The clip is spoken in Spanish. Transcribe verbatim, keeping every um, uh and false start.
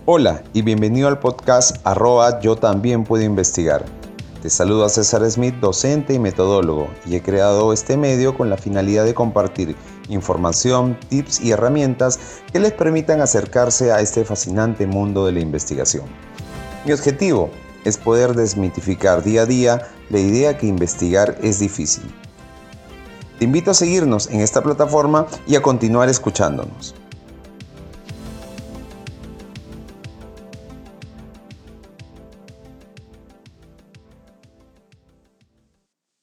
Hola y bienvenido al podcast arroba yo también puedo investigar. Te saludo a César Smith, docente y metodólogo, y he creado este medio con la finalidad de compartir información, tips y herramientas que les permitan acercarse a este fascinante mundo de la investigación. Mi objetivo es poder desmitificar día a día la idea que investigar es difícil. Te invito a seguirnos en esta plataforma y a continuar escuchándonos.